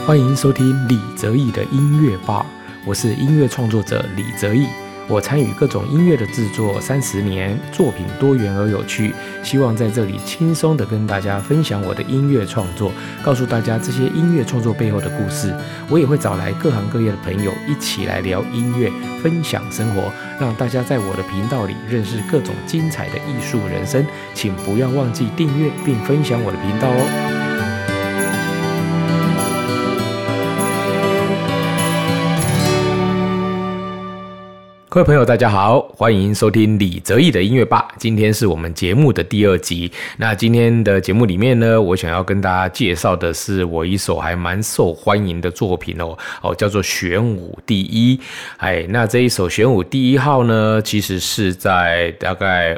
欢迎收听李泽毅的音乐吧，我是音乐创作者李泽毅。我参与各种音乐的制作30年，作品多元而有趣，希望在这里轻松地跟大家分享我的音乐创作，告诉大家这些音乐创作背后的故事。我也会找来各行各业的朋友一起来聊音乐，分享生活，让大家在我的频道里认识各种精彩的艺术人生。请不要忘记订阅并分享我的频道哦。各位朋友大家好，欢迎收听李泽毅的音乐吧。今天是我们节目的第2集。那今天的节目里面呢，我想要跟大家介绍的是我一首还蛮受欢迎的作品叫做玄武第一。那这一首玄武第一号呢，其实是在大概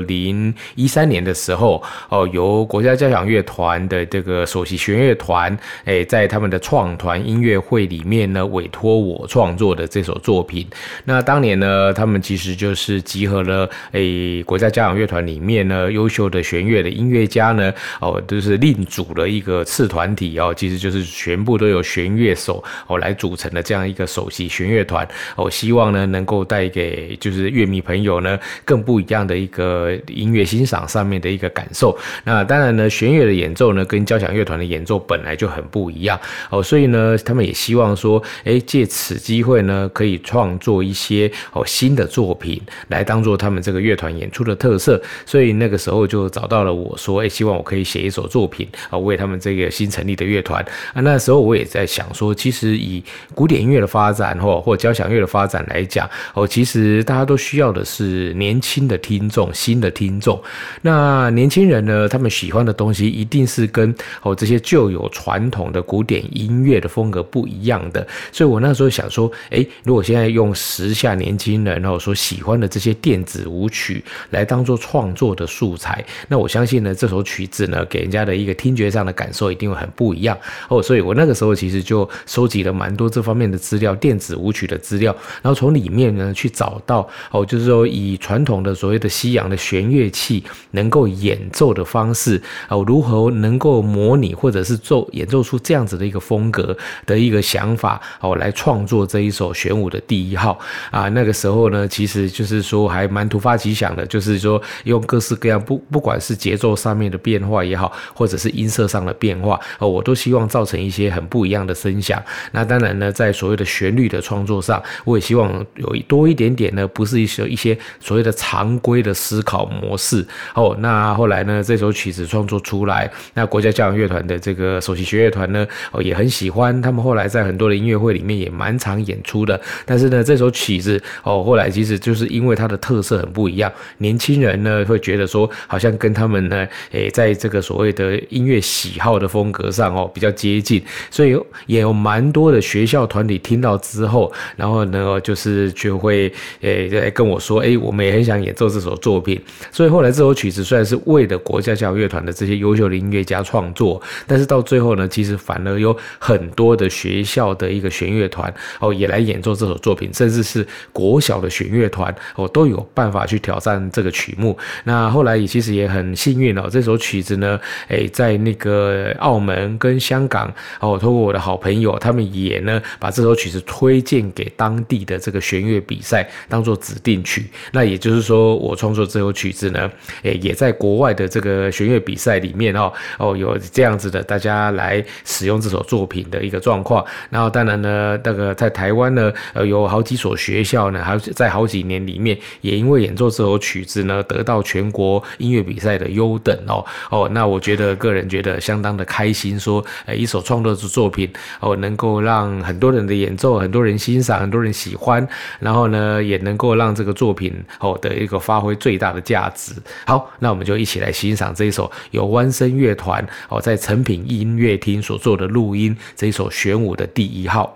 2013年的时候由国家交响乐团的这个首席弦乐团在他们的创团音乐会里面呢，委托我创作的这首作品。那当年呢，他们其实就是集合了国家交响乐团里面呢优秀的弦乐的音乐家呢就是另组了一个次团体其实就是全部都有弦乐手来组成的这样一个首席弦乐团希望呢能够带给就是乐迷朋友呢更不一样的一个音乐欣赏上面的一个感受。那当然呢，弦乐的演奏呢跟交响乐团的演奏本来就很不一样所以呢他们也希望说借此机会呢可以创作一些新的作品来当做他们这个乐团演出的特色。所以那个时候就找到了我说希望我可以写一首作品为他们这个新成立的乐团那时候我也在想说，其实以古典音乐的发展或交响乐的发展来讲其实大家都需要的是年轻的听众，新的听众。那年轻人呢，他们喜欢的东西一定是跟这些旧有传统的古典音乐的风格不一样的。所以我那时候想说如果现在用时下年轻人所喜欢的这些电子舞曲来当做创作的素材，那我相信呢这首曲子呢给人家的一个听觉上的感受一定会很不一样所以我那个时候其实就收集了蛮多这方面的资料，电子舞曲的资料，然后从里面呢去找到就是说以传统的所谓的西洋的弦乐器能够演奏的方式如何能够模拟或者是演奏出这样子的一个风格的一个想法来创作这一首玄武的第一号那个时候呢其实就是说还蛮突发奇想的，就是说用各式各样不管是节奏上面的变化也好，或者是音色上的变化我都希望造成一些很不一样的声响。那当然呢在所谓的旋律的创作上，我也希望有多一点点呢不是一些所谓的常规的思考模式那后来呢这首曲子创作出来，那国家交响乐团的这个首席弦乐团呢也很喜欢，他们后来在很多的音乐会里面也蛮常演出的。但是呢这首曲子后来其实就是因为它的特色很不一样，年轻人呢会觉得说好像跟他们呢在这个所谓的音乐喜好的风格上比较接近，所以也有蛮多的学校团体听到之后，然后呢就会跟我说我们也很想演奏这首作品。所以后来这首曲子虽然是为了国家交响乐团的这些优秀的音乐家创作，但是到最后呢其实反而有很多的学校的一个弦乐团也来演奏这首作品，甚至是国小的弦乐团都有办法去挑战这个曲目。那后来也其实也很幸运这首曲子呢在那个澳门跟香港透过我的好朋友，他们也呢把这首曲子推荐给当地的这个弦乐比赛当做指定曲。那也就是说我创作这首曲子呢也在国外的这个弦乐比赛里面有这样子的大家来使用这首作品的一个状况。然后当然呢那个在台湾呢有好几所学校呢还在好几年里面也因为演奏这首曲子呢得到全国音乐比赛的优等那我个人觉得相当的开心，说一首创作的作品能够让很多人的演奏，很多人欣赏，很多人喜欢，然后呢也能够让这个作品的一个发挥最大的价值。好，那我们就一起来欣赏这一首由湾声乐团在诚品音乐厅所做的录音，这一首玄武的第一号。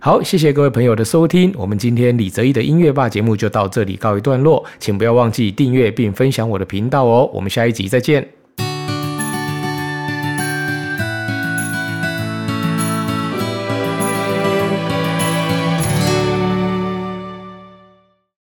好，谢谢各位朋友的收听，我们今天李泽毅的音乐吧节目就到这里告一段落，请不要忘记订阅并分享我的频道哦，我们下一集再见。